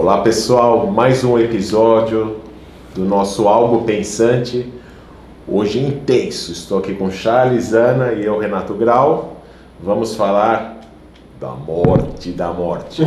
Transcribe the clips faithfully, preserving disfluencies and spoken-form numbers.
Olá pessoal, mais um episódio do nosso Algo Pensante, hoje intenso. Estou aqui com Charles, Ana e eu, Renato Grau. Vamos falar da morte da morte.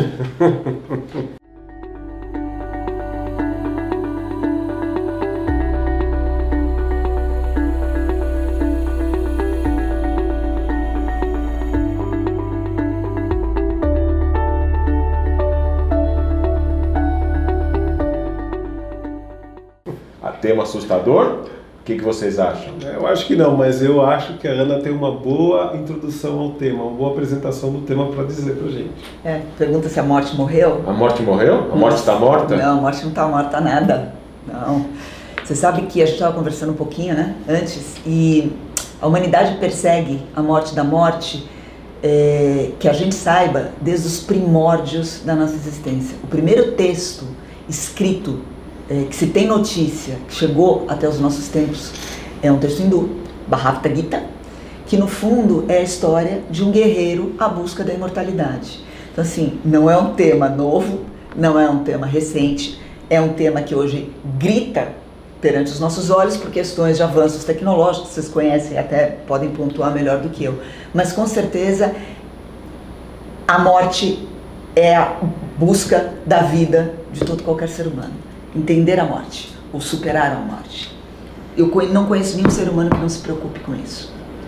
Tema assustador? O que, que vocês acham? Eu acho que não, mas eu acho que a Ana tem uma boa introdução ao tema, uma boa apresentação do tema para dizer pra gente. É, pergunta se a morte morreu. A morte morreu? A morte está morta? Não, a morte não está morta nada. Não. Você sabe que a gente estava conversando um pouquinho, né, antes, e a humanidade persegue a morte da morte, é, que a gente saiba, desde os primórdios da nossa existência. O primeiro texto escrito É, que se tem notícia, que chegou até os nossos tempos, é um texto hindu, Bhagavad Gita, que no fundo é a história de um guerreiro à busca da imortalidade. Então assim, não é um tema novo, não é um tema recente, é um tema que hoje grita perante os nossos olhos por questões de avanços tecnológicos, vocês conhecem, até podem pontuar melhor do que eu, mas com certeza a morte é a busca da vida de todo qualquer ser humano. Entender a morte, ou superar a morte. Eu não conheço nenhum ser humano que não se preocupe com isso.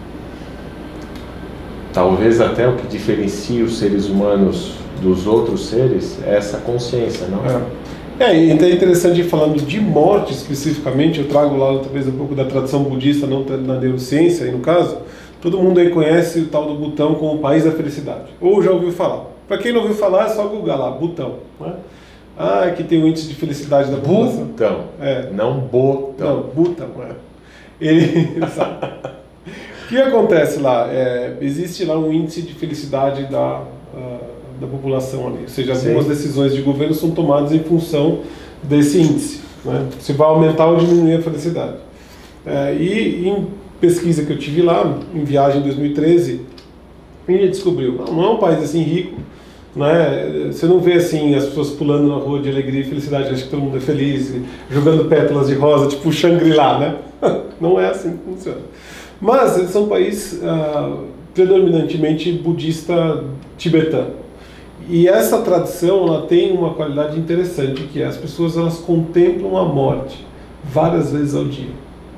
Talvez até o que diferencia os seres humanos dos outros seres é essa consciência, não? É, é então é interessante, falando de morte especificamente, eu trago lá talvez um pouco da tradição budista, não na neurociência, aí no caso, todo mundo aí conhece o tal do Butão como o país da felicidade, ou já ouviu falar. Para quem não ouviu falar, é só googar lá, Butão, né? Ah, que tem o índice de felicidade da população. Butão, é. Não botão. Não, Butão, é. Ele, sabe? O que acontece lá? É, existe lá um índice de felicidade da, uh, da população ali. Ou seja, Sim. algumas decisões de governo são tomadas em função desse índice, né? Se vai aumentar ou diminuir a felicidade. É, e em pesquisa que eu tive lá, em viagem em dois mil e treze, a gente descobriu, não, não é um país assim rico, né? Você não vê assim as pessoas pulando na rua de alegria e felicidade, acho que todo mundo é feliz, jogando pétalas de rosa, tipo Shangri-La, né? Não é assim que funciona. Mas eles são um país uh, predominantemente budista tibetano. E essa tradição ela tem uma qualidade interessante, que é as pessoas elas contemplam a morte várias vezes ao dia.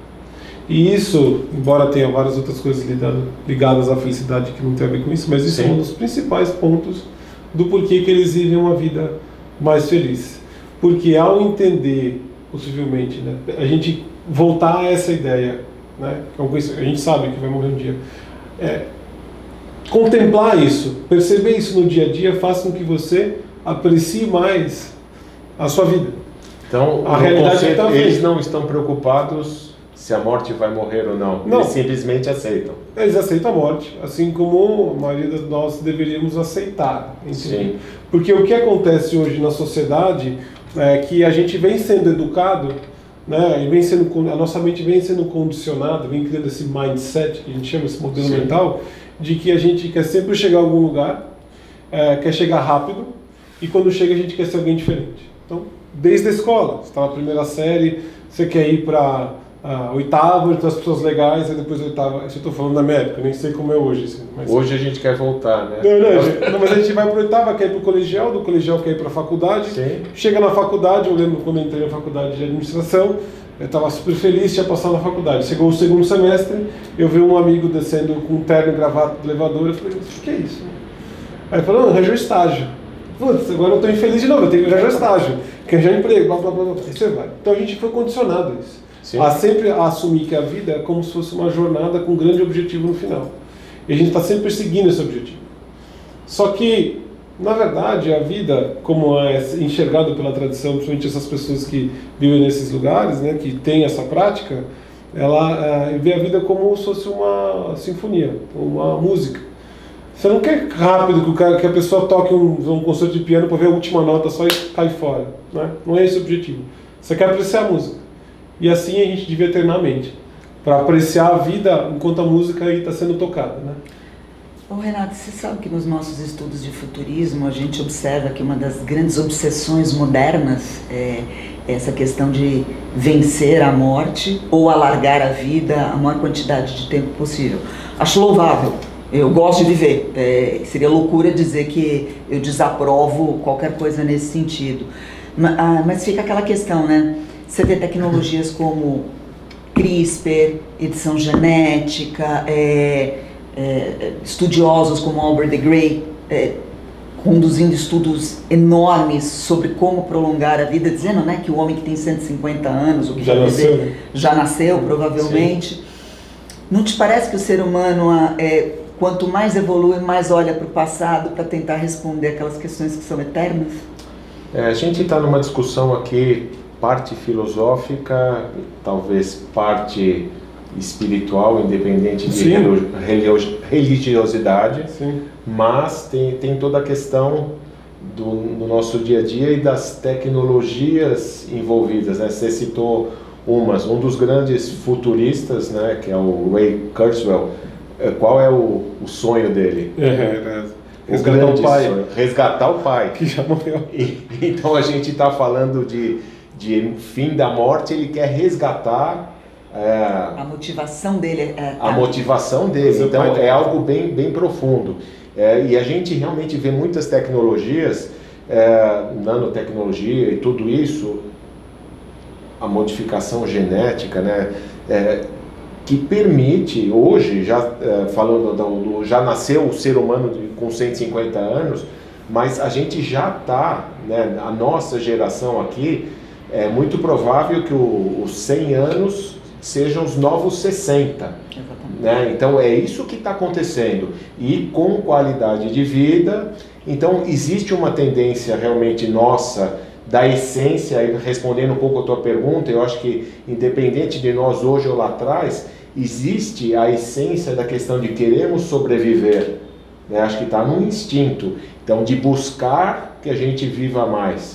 E isso, embora tenha várias outras coisas ligadas à felicidade que não tem a ver com isso, mas isso Sim. é um dos principais pontos do porquê que eles vivem uma vida mais feliz. Porque ao entender, possivelmente, né, a gente voltar a essa ideia, né, a gente sabe que vai morrer um dia, é, contemplar isso, perceber isso no dia a dia faz com que você aprecie mais a sua vida. Então, a realidade é que tá eles não estão preocupados se a morte vai morrer ou não, não. Eles simplesmente aceitam. Eles aceitam a morte, assim como a maioria de nós deveríamos aceitar. Sim. Porque o que acontece hoje na sociedade é que a gente vem sendo educado, né, e vem sendo, a nossa mente vem sendo condicionada, vem criando esse mindset, que a gente chama esse modelo Sim. mental, de que a gente quer sempre chegar a algum lugar, é, quer chegar rápido, e quando chega a gente quer ser alguém diferente. Então, desde a escola, você está na primeira série, você quer ir para a oitava, entre as pessoas legais, e depois a oitava, isso eu estou falando da minha época, nem sei como é hoje. Assim, mas... Hoje a gente quer voltar, né? Não, não, gente, não, mas a gente vai para a oitava, quer ir para o colegial, do colegial quer ir para a faculdade, Sim. chega na faculdade, eu lembro quando eu entrei na faculdade de administração, eu estava super feliz, tinha passado na faculdade. Chegou o segundo semestre, eu vi um amigo descendo com um terno e gravata do elevador, eu falei, o que é isso? Aí ele falou, não, arranjou estágio. Putz, agora eu estou infeliz de novo, eu tenho que arranjar estágio, que arranjar emprego, blá, blá, blá, blá. Aí você vai. Então a gente foi condicionado a isso. Sim. A sempre assumir que a vida é como se fosse uma jornada com um grande objetivo no final. E a gente está sempre perseguindo esse objetivo. Só que, na verdade, a vida, como é enxergado pela tradição, principalmente essas pessoas que vivem nesses lugares, né, que têm essa prática, ela é, vê a vida como se fosse uma sinfonia, uma música. Você não quer rápido que, o cara, que a pessoa toque um, um concerto de piano para ver a última nota só e cair fora. Né? Não é esse o objetivo. Você quer apreciar a música. E assim a gente devia ter na mente, para apreciar a vida enquanto a música está sendo tocada, né? Bom, Renato, você sabe que nos nossos estudos de futurismo a gente observa que uma das grandes obsessões modernas é essa questão de vencer a morte ou alargar a vida a maior quantidade de tempo possível. Acho louvável, eu gosto de viver, é, seria loucura dizer que eu desaprovo qualquer coisa nesse sentido. Mas, ah, mas fica aquela questão, né? Você vê tecnologias como CRISPR, edição genética, é, é, estudiosos como Albert de Grey, é, conduzindo estudos enormes sobre como prolongar a vida, dizendo, né, que o homem que tem cento e cinquenta anos, o que já nasceu, né? já nasceu provavelmente. Sim. Não te parece que o ser humano, é, quanto mais evolui, mais olha para o passado para tentar responder aquelas questões que são eternas? É, a gente está numa discussão aqui, parte filosófica, talvez parte espiritual, independente de religi- religiosidade, Sim. mas tem, tem toda a questão do, do nosso dia a dia e das tecnologias envolvidas, né? Você citou umas, um dos grandes futuristas, né, que é o Ray Kurzweil. Qual é o, o sonho dele? É, é. Resgatar o, o pai. Sonho. Resgatar o pai. Que já morreu. E, então a gente está falando de, de fim da morte, ele quer resgatar... É, a motivação dele. É, a motivação dele, então é algo bem, bem profundo. É, e a gente realmente vê muitas tecnologias, é, nanotecnologia e tudo isso, a modificação genética, né, é, que permite, hoje, já é, falando, do, já nasceu o ser humano de, com cento e cinquenta anos, mas a gente já está, né, a nossa geração aqui, é muito provável que o, os cem anos sejam os novos sessenta. Né? Então é isso que está acontecendo, e com qualidade de vida. Então existe uma tendência realmente nossa, da essência, e respondendo um pouco a tua pergunta, eu acho que independente de nós hoje ou lá atrás, existe a essência da questão de queremos sobreviver, né? Acho que está no instinto, então de buscar que a gente viva mais.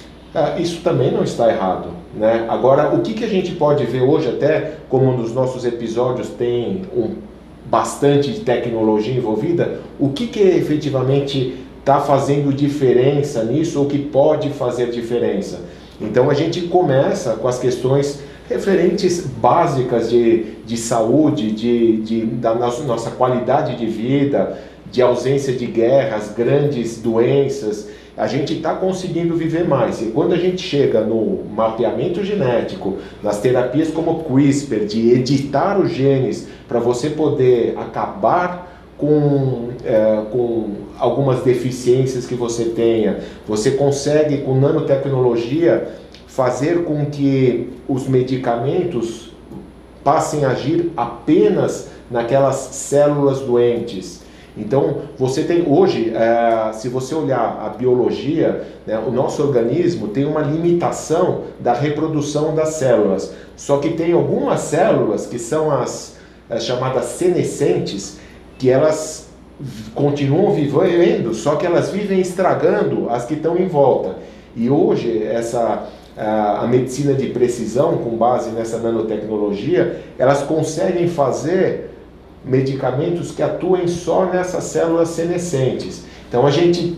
Ah, isso também não está errado, né? Agora, o que, que a gente pode ver hoje, até como nos nossos episódios tem um, bastante de tecnologia envolvida, o que, que efetivamente está fazendo diferença nisso, ou que pode fazer diferença? Então a gente começa com as questões referentes básicas de, de saúde, de, de, da nossa, nossa qualidade de vida, de ausência de guerras, grandes doenças. A gente está conseguindo viver mais. E quando a gente chega no mapeamento genético, nas terapias como CRISPR, de editar os genes para você poder acabar com, é, com algumas deficiências que você tenha, você consegue, com nanotecnologia, fazer com que os medicamentos passem a agir apenas naquelas células doentes. Então, você tem hoje, é, se você olhar a biologia, né, o nosso organismo tem uma limitação da reprodução das células. Só que tem algumas células que são as, as chamadas senescentes, que elas continuam vivendo, só que elas vivem estragando as que estão em volta. E hoje, essa, a, a medicina de precisão, com base nessa nanotecnologia, elas conseguem fazer medicamentos que atuem só nessas células senescentes. Então a gente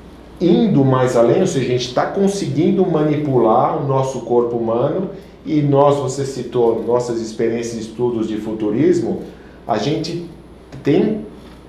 indo mais além, ou seja, a gente está conseguindo manipular o nosso corpo humano, e nós, você citou nossas experiências e estudos de futurismo, a gente tem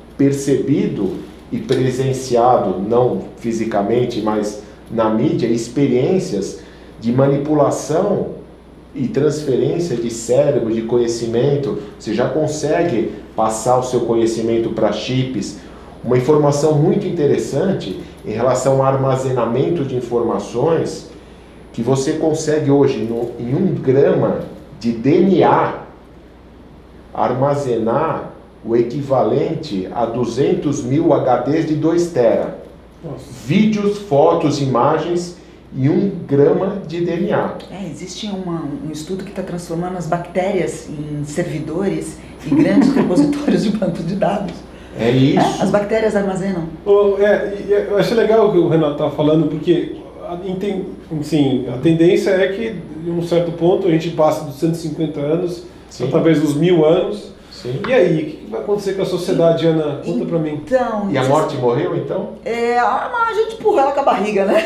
percebido e presenciado, não fisicamente, mas na mídia, experiências de manipulação e transferência de cérebro, de conhecimento. Você já consegue passar o seu conhecimento para chips. Uma informação muito interessante em relação ao armazenamento de informações, que você consegue hoje, no, em um grama de D N A, armazenar o equivalente a duzentos mil H Ds de dois tera. Nossa. Vídeos, fotos, imagens e um grama de D N A. É, existe uma, um estudo que está transformando as bactérias em servidores e grandes repositórios de banco de dados. É isso. É, as bactérias armazenam. Oh, é, eu achei legal o que o Renato estava falando, porque assim, a tendência é que, em um certo ponto, a gente passa dos cento e cinquenta anos, através dos mil anos, Sim. E aí, o que vai acontecer com a sociedade, Ana? Conta pra mim. Então, E a morte morreu, então? É, a gente empurra ela com a barriga, né?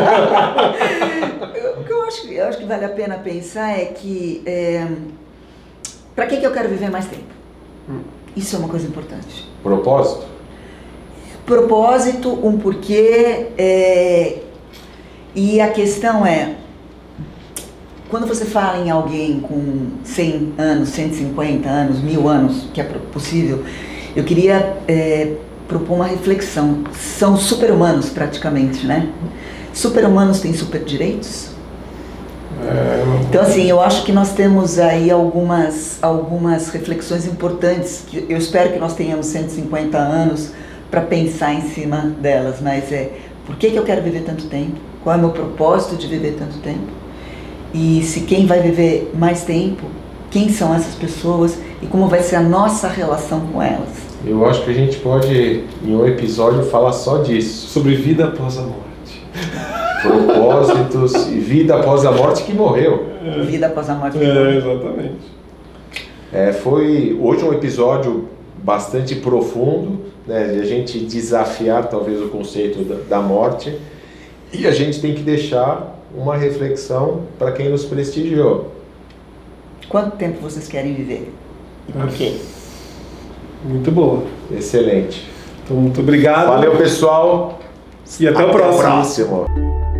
O que eu acho, eu acho que vale a pena pensar é que... É, para que, que eu quero viver mais tempo? Hum. Isso é uma coisa importante. Propósito? Propósito, um porquê, é, e a questão é, quando você fala em alguém com cem anos, cento e cinquenta anos, mil anos, que é possível, eu queria é, propor uma reflexão. São super-humanos praticamente, né? Super-humanos têm super direitos? É... Então, assim, eu acho que nós temos aí algumas, algumas reflexões importantes, que eu espero que nós tenhamos cento e cinquenta anos para pensar em cima delas, mas é, por que, que eu quero viver tanto tempo? Qual é o meu propósito de viver tanto tempo? E se quem vai viver mais tempo, quem são essas pessoas e como vai ser a nossa relação com elas? Eu acho que a gente pode, em um episódio, falar só disso. Sobre vida após a morte. Propósitos e vida após a morte que morreu. É. Vida após a morte que é, morreu. Exatamente. É, foi hoje um episódio bastante profundo, né, de a gente desafiar talvez o conceito da, da morte, e a gente tem que deixar uma reflexão para quem nos prestigiou. Quanto tempo vocês querem viver? E por quê? Muito boa. Excelente. Então, muito obrigado. Valeu, pessoal. E até, até o próximo. próximo.